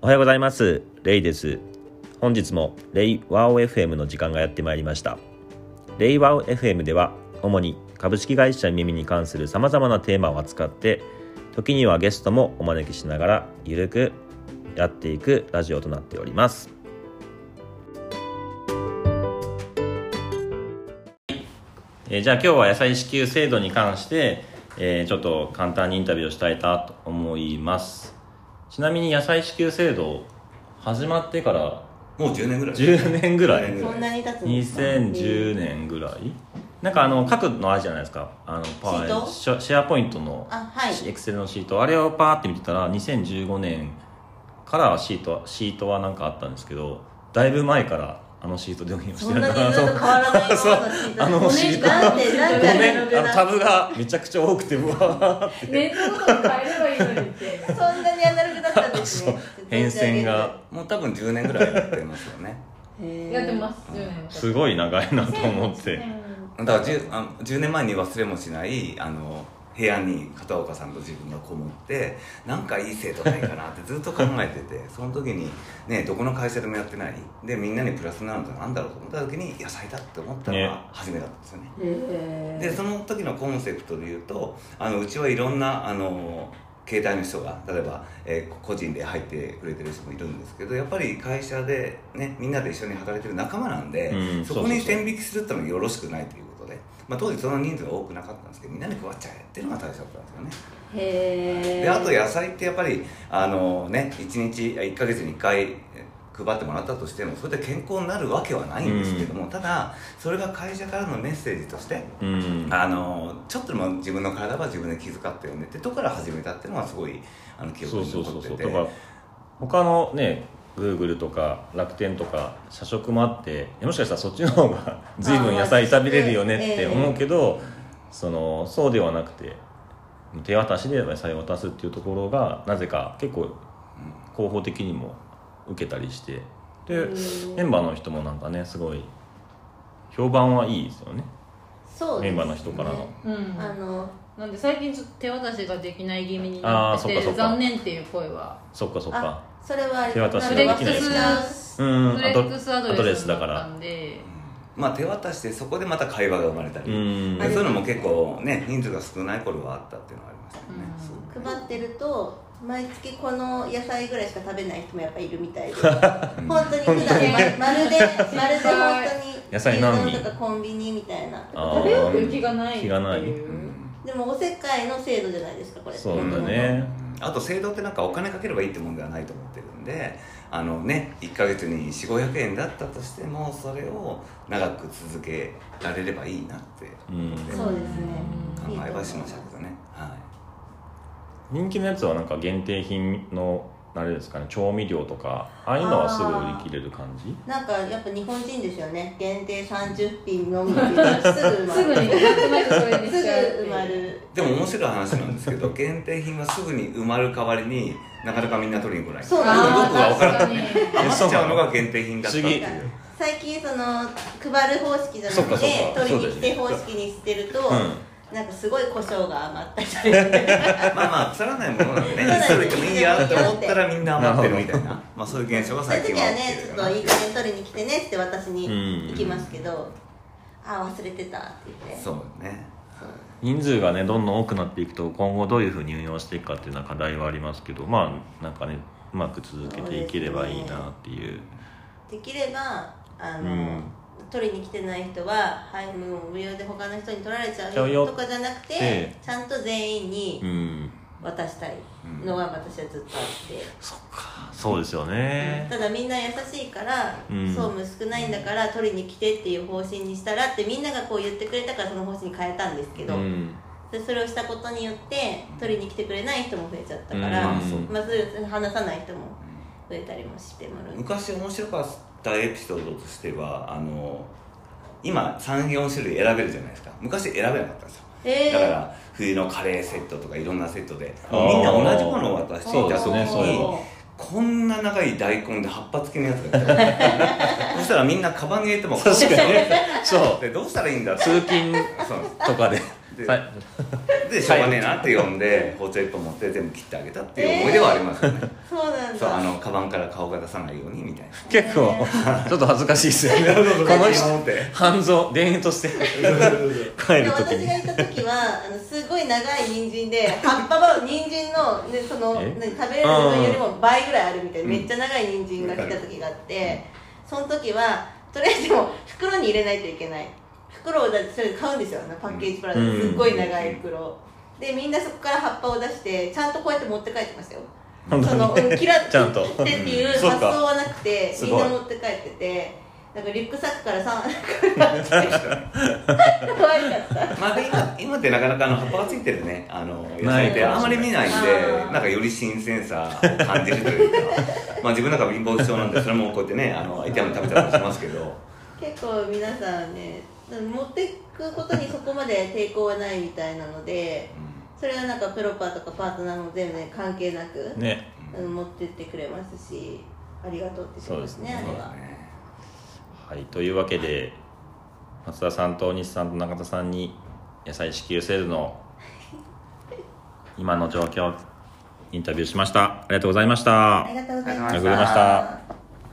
おはようございます。レイです。本日もレイワオ FM の時間がやってまいりました。レイワオ FM では主に株式会社耳に関する様々なテーマを扱って、時にはゲストもお招きしながらゆるくやっていくラジオとなっております。じゃあ今日は野菜支給制度に関して、ちょっと簡単にインタビューをしたいなと思います。ちなみに野菜支給制度始まってからもう10年ぐらい 10年ぐらいそんなに経つんですか。 2010年ぐらいなんか書くのあるじゃないですか、シェアポイントのエクセルのシート、あれをパーって見てたら2015年からシートはなんかあったんですけど、だいぶ前からシートで運用してるんだなと。 そんなにずっと変わらないままのシート。なんでタブがめちゃくちゃ多くて、うわーってネットとか変えればいいのにってそんなにアナログだったんですね。 変遷がもう多分10年ぐらいやってますよね。 やってます10年すごい長いなと思ってだから 10年前に忘れもしない部屋に片岡さんと自分がこもって、なんかいい制度ないかなってずっと考えててその時にね、どこの会社でもやってないで、みんなにプラスになるのってなんだろうと思った時に野菜だって思ったのが初めだったんですよね。でその時のコンセプトで言うと、うちはいろんな携帯の人が例えば、個人で入ってくれてる人もいるんですけど、やっぱり会社でね、みんなで一緒に働いてる仲間なんで、そこに線引きするってのはよろしくないということで、当時その人数が多くなかったんですけど、みんなに配っちゃえっていうのが大切だったんですよね。であと野菜ってやっぱりね、1ヶ月に1回配ってもらったとしても、それで健康になるわけはないんですけども、ただそれが会社からのメッセージとして、ちょっとでも自分の体は自分で気遣ってよねってとこから始めたっていうのはすごい記憶に残ってて、 だから他のね、Google とか楽天とか社食もあって、もしかしたらそっちの方が随分野菜食べれるよねって思うけど、そうではなくて手渡しで野菜を渡すっていうところがなぜか結構広報的にも受けたりして、でメンバーの人もなんかね、すごい評判はいいですよね。 そうですね、 メンバーの人からの、 なんで最近ちょっと手渡しができない気味になってて、残念っていう声は。 それは手渡しフレッができないクスアドレスだったんで、 手渡してそこでまた会話が生まれたり、そういうのも結構ね、人数が少ない頃はあったっていうのがありましたよね。 配ってると毎月この野菜ぐらいしか食べない人もやっぱいるみたいで、本当に普段まるで本当に野菜何牛丼とかコンビニみたいな、 食べようっていう気がないっていう。 でもおせっかいの制度じゃないですかこれ。 そうだね。 あと制度ってなんかお金かければいいってもんではないと思ってるんで、1ヶ月に 4,500 円だったとしても、それを長く続けられればいいなって思って、 そうですね、 考えはしましたけどね。 人気のやつはなんか限定品のあれですかね、調味料とかああいうのはすぐ売り切れる感じ。 なんかやっぱ日本人ですよね、限定30品のみっていうのはすぐすぐに埋まる。 でも面白い話なんですけど、限定品はすぐに埋まる代わりになかなかみんな取りに来ない。 そうなんです。 僕が分からない、余っちゃうのが限定品だったっていう。 最近配る方式じゃなくて取りに来て方式にしてると、なんかすごい胡椒が余ったり腐らないものなんでね、それでもいいやって思ったらみんな余ってるみたいな、そういう現象が最近は起きてる。 そういう時はね、ちょっといい加減取りに来てねって私に行きますけど、忘れてたって言って。 そうね。 人数がねどんどん多くなっていくと、今後どういうふうに運用していくかっていうのは課題はありますけど、なんかね、うまく続けていければいいなっていう。 できれば取りに来てない人は、もう無料で他の人に取られちゃうとかじゃなくて、ちゃんと全員に渡したいのが私はずっとあって、 そっか、そうですよね。 ただみんな優しいから、総務少ないんだから取りに来てっていう方針にしたらってみんながこう言ってくれたから、その方針に変えたんですけど、それをしたことによって取りに来てくれない人も増えちゃったから、それ話さない人も増えたりもしてもらう。 昔面白かったエピソードとしては、今 3,4 種類選べるじゃないですか。昔選べなかったんですよ。だから冬のカレーセットとかいろんなセットでみんな同じものを渡していた時に、こんな長い大根で葉っぱ付きのやつが来たそしたらみんなカバンに入れても確かにね、そうでどうしたらいいんだって、 通勤とかででてしょうがねえなって呼んで包丁1本持って全部切ってあげたっていう思い出はありますよね、 そうなんそうだ。 カバンから顔が出さないようにみたいな結構ちょっと恥ずかしいですよねこの人半蔵田園として帰る時に私が行った時はすごい長い人参で葉っぱは人参の、ね、その食べれる部分よりも倍ぐらいあるみたいな、めっちゃ長い人参が来た時があって、その時はとりあえずでも袋に入れないといけない。袋をだってそれで買うんですよ、パッケージプランですっごい長い袋で、みんなそこから葉っぱを出してちゃんとこうやって持って帰ってましたよ。その切らちゃんとってっていう発想はなくて、みんな持って帰ってて、なんかリュックサックから可愛かったまあ今ってなかなか葉っぱがついてるね野菜ってあんまり見ないんで、なんかより新鮮さを感じるというかまあ自分なんか貧乏症なんでそれもこうやってね炒めて食べたりしますけど結構皆さんね持っていくことにそこまで抵抗はないみたいなので、それはなんかプロパーとかパートナーも全部ね関係なく、 ね、 持ってってくれますし、ありがとうって言ってますね、あれは。 はい、というわけで松田さんと大西さんと中田さんに野菜支給制度の今の状況インタビューしました。ありがとうございました。 ありがとうございまありがとうしございましたた。